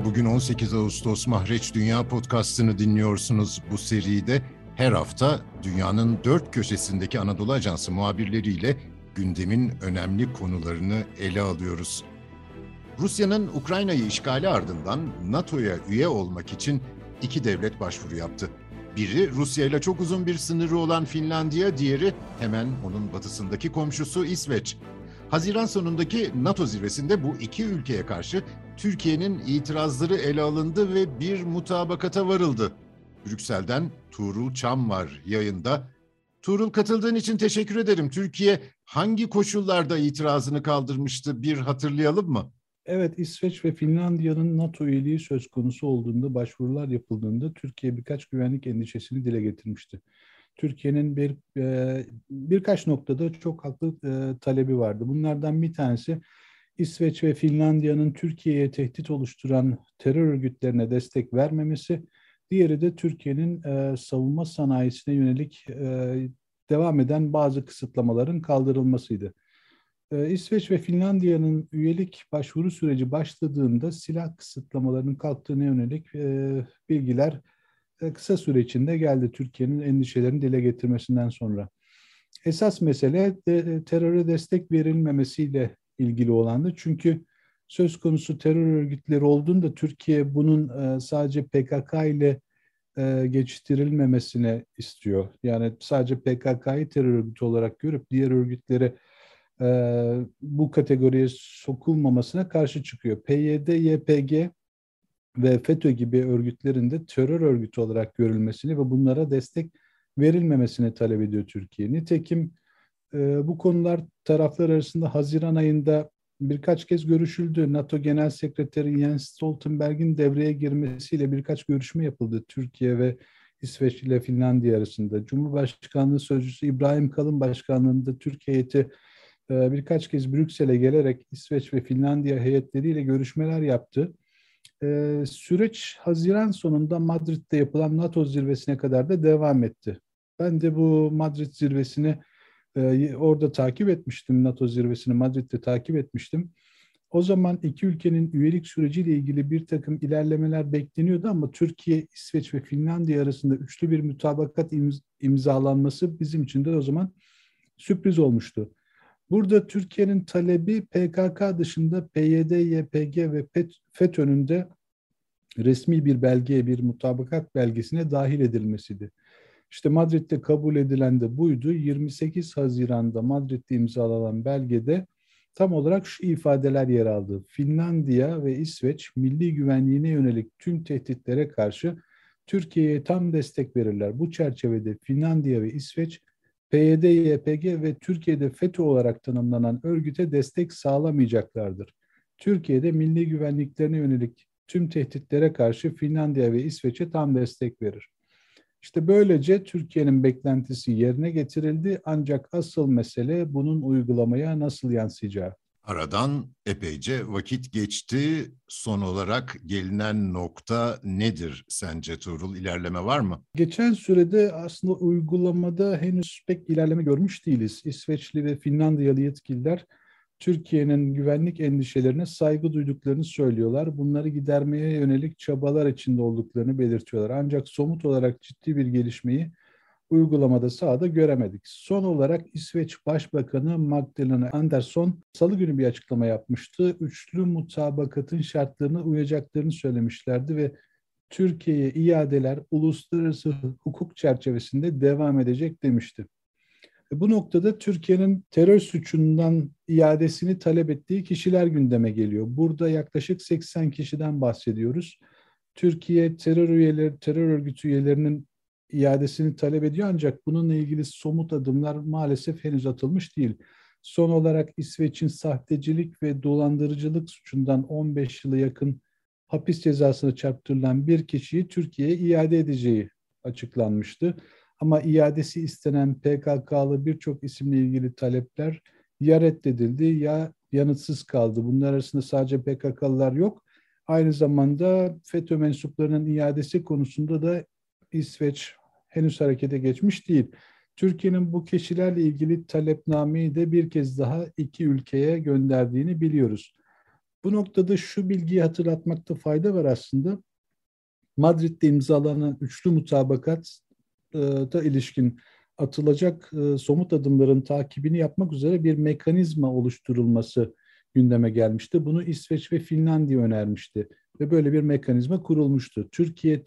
Merhaba, bugün 18 Ağustos Mahreç Dünya Podcast'ını dinliyorsunuz. Bu seride her hafta dünyanın dört köşesindeki Anadolu Ajansı muhabirleriyle gündemin önemli konularını ele alıyoruz. Rusya'nın Ukrayna'yı işgali ardından NATO'ya üye olmak için iki devlet başvuru yaptı. Biri Rusya ile çok uzun bir sınırı olan Finlandiya, diğeri hemen onun batısındaki komşusu İsveç. Haziran sonundaki NATO zirvesinde bu iki ülkeye karşı Türkiye'nin itirazları ele alındı ve bir mutabakata varıldı. Brüksel'den Tuğrul Çam var yayında. Tuğrul, katıldığın için teşekkür ederim. Türkiye hangi koşullarda itirazını kaldırmıştı, bir hatırlayalım mı? Evet, İsveç ve Finlandiya'nın NATO üyeliği söz konusu olduğunda, başvurular yapıldığında Türkiye birkaç güvenlik endişesini dile getirmişti. Türkiye'nin birkaç noktada çok haklı talebi vardı. Bunlardan bir tanesi İsveç ve Finlandiya'nın Türkiye'ye tehdit oluşturan terör örgütlerine destek vermemesi. Diğeri de Türkiye'nin savunma sanayisine yönelik devam eden bazı kısıtlamaların kaldırılmasıydı. İsveç ve Finlandiya'nın üyelik başvuru süreci başladığında silah kısıtlamalarının kalktığına yönelik bilgiler kısa süre içinde geldi, Türkiye'nin endişelerini dile getirmesinden sonra. Esas mesele teröre destek verilmemesiyle ilgili olandı. Çünkü söz konusu terör örgütleri olduğunda Türkiye bunun sadece PKK ile geçiştirilmemesini istiyor. Yani sadece PKK'yı terör örgütü olarak görüp diğer örgütleri bu kategoriye sokulmamasına karşı çıkıyor. PYD, YPG ve FETÖ gibi örgütlerin de terör örgütü olarak görülmesini ve bunlara destek verilmemesini talep ediyor Türkiye. Nitekim bu konular taraflar arasında Haziran ayında birkaç kez görüşüldü. NATO Genel Sekreteri Jens Stoltenberg'in devreye girmesiyle birkaç görüşme yapıldı Türkiye ve İsveç ile Finlandiya arasında. Cumhurbaşkanlığı Sözcüsü İbrahim Kalın başkanlığında Türkiye heyeti birkaç kez Brüksel'e gelerek İsveç ve Finlandiya heyetleriyle görüşmeler yaptı. Süreç Haziran sonunda Madrid'de yapılan NATO zirvesine kadar da devam etti. Ben de bu Madrid zirvesini orada takip etmiştim, NATO zirvesini Madrid'de takip etmiştim. O zaman iki ülkenin üyelik süreciyle ilgili bir takım ilerlemeler bekleniyordu ama Türkiye, İsveç ve Finlandiya arasında üçlü bir mutabakat imzalanması bizim için de o zaman sürpriz olmuştu. Burada Türkiye'nin talebi PKK dışında PYD, YPG ve FETÖ'nün de resmi bir belgeye, bir mutabakat belgesine dahil edilmesiydi. İşte Madrid'de kabul edilen de buydu. 28 Haziran'da Madrid'de imzalanan belgede tam olarak şu ifadeler yer aldı. Finlandiya ve İsveç milli güvenliğine yönelik tüm tehditlere karşı Türkiye'ye tam destek verirler. Bu çerçevede Finlandiya ve İsveç PYD, YPG ve Türkiye'de FETÖ olarak tanımlanan örgüte destek sağlamayacaklardır. Türkiye'de milli güvenliklerine yönelik tüm tehditlere karşı Finlandiya ve İsveç'e tam destek verir. İşte böylece Türkiye'nin beklentisi yerine getirildi, ancak asıl mesele bunun uygulamaya nasıl yansıyacağı. Aradan epeyce vakit geçti. Son olarak gelinen nokta nedir sence Tuğrul? İlerleme var mı? Geçen sürede aslında uygulamada henüz pek ilerleme görmüş değiliz. İsveçli ve Finlandiyalı yetkililer Türkiye'nin güvenlik endişelerine saygı duyduklarını söylüyorlar. Bunları gidermeye yönelik çabalar içinde olduklarını belirtiyorlar. Ancak somut olarak ciddi bir gelişmeyi uygulamada sahada göremedik. Son olarak İsveç Başbakanı Magdalena Andersson Salı günü bir açıklama yapmıştı. Üçlü mutabakatın şartlarına uyacaklarını söylemişlerdi ve Türkiye'ye iadeler uluslararası hukuk çerçevesinde devam edecek demişti. Bu noktada Türkiye'nin terör suçundan iadesini talep ettiği kişiler gündeme geliyor. Burada yaklaşık 80 kişiden bahsediyoruz. Türkiye terör örgütü üyelerinin iadesini talep ediyor, ancak bununla ilgili somut adımlar maalesef henüz atılmış değil. Son olarak İsveç'in sahtecilik ve dolandırıcılık suçundan 15 yıla yakın hapis cezasına çarptırılan bir kişiyi Türkiye'ye iade edeceği açıklanmıştı. Ama iadesi istenen PKK'lı birçok isimle ilgili talepler ya reddedildi ya yanıtsız kaldı. Bunlar arasında sadece PKK'lılar yok. Aynı zamanda FETÖ mensuplarının iadesi konusunda da İsveç henüz harekete geçmiş değil. Türkiye'nin bu kişilerle ilgili talepnameyi de bir kez daha iki ülkeye gönderdiğini biliyoruz. Bu noktada şu bilgiyi hatırlatmakta fayda var aslında. Madrid'de imzalanan üçlü mutabakata ilişkin atılacak somut adımların takibini yapmak üzere bir mekanizma oluşturulması gündeme gelmişti. Bunu İsveç ve Finlandiya önermişti ve böyle bir mekanizma kurulmuştu. Türkiye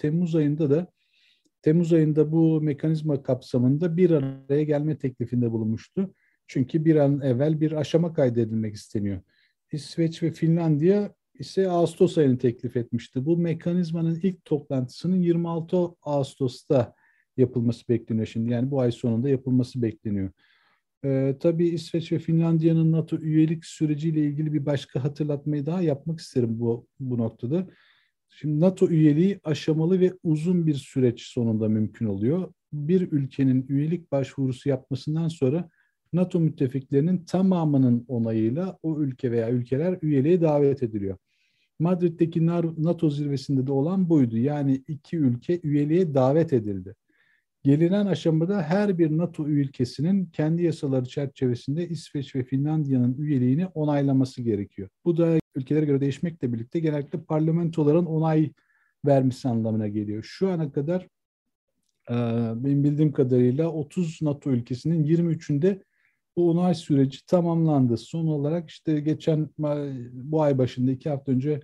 Temmuz ayında bu mekanizma kapsamında bir araya gelme teklifinde bulunmuştu. Çünkü bir an evvel bir aşama kaydedilmek isteniyor. İsveç ve Finlandiya ise Ağustos ayını teklif etmişti. Bu mekanizmanın ilk toplantısının 26 Ağustos'ta yapılması bekleniyor şimdi. Yani bu ay sonunda yapılması bekleniyor. Tabii İsveç ve Finlandiya'nın NATO üyelik süreciyle ilgili bir başka hatırlatmayı daha yapmak isterim bu noktada. Şimdi NATO üyeliği aşamalı ve uzun bir süreç sonunda mümkün oluyor. Bir ülkenin üyelik başvurusu yapmasından sonra NATO müttefiklerinin tamamının onayıyla o ülke veya ülkeler üyeliğe davet ediliyor. Madrid'deki NATO zirvesinde de olan buydu. Yani iki ülke üyeliğe davet edildi. Gelinen aşamada her bir NATO ülkesinin kendi yasaları çerçevesinde İsveç ve Finlandiya'nın üyeliğini onaylaması gerekiyor. Bu da ülkelere göre değişmekle birlikte genellikle parlamentoların onay vermesi anlamına geliyor. Şu ana kadar benim bildiğim kadarıyla 30 NATO ülkesinin 23'ünde bu onay süreci tamamlandı. Son olarak işte bu ay başında 2 hafta önce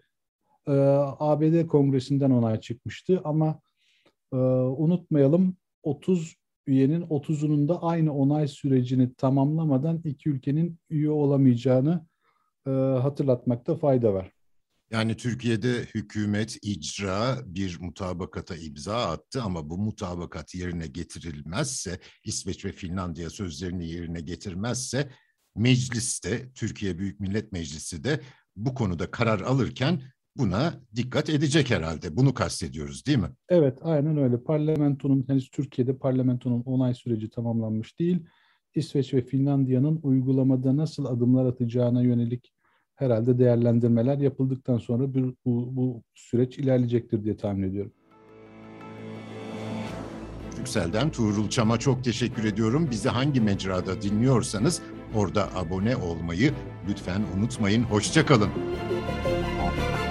ABD Kongresi'nden onay çıkmıştı ama unutmayalım 30 üyenin 30'unun da aynı onay sürecini tamamlamadan iki ülkenin üye olamayacağını hatırlatmakta fayda var. Yani Türkiye'de hükümet icra bir mutabakata imza attı ama bu mutabakat yerine getirilmezse, İsveç ve Finlandiya sözlerini yerine getirmezse mecliste, Türkiye Büyük Millet Meclisi de bu konuda karar alırken buna dikkat edecek herhalde. Bunu kastediyoruz değil mi? Evet, aynen öyle. Henüz Türkiye'de parlamentonun onay süreci tamamlanmış değil. İsveç ve Finlandiya'nın uygulamada nasıl adımlar atacağına yönelik herhalde değerlendirmeler yapıldıktan sonra bu süreç ilerleyecektir diye tahmin ediyorum. Brüksel'den Tuğrul Çam'a çok teşekkür ediyorum. Bizi hangi mecrada dinliyorsanız orada abone olmayı lütfen unutmayın. Hoşça kalın.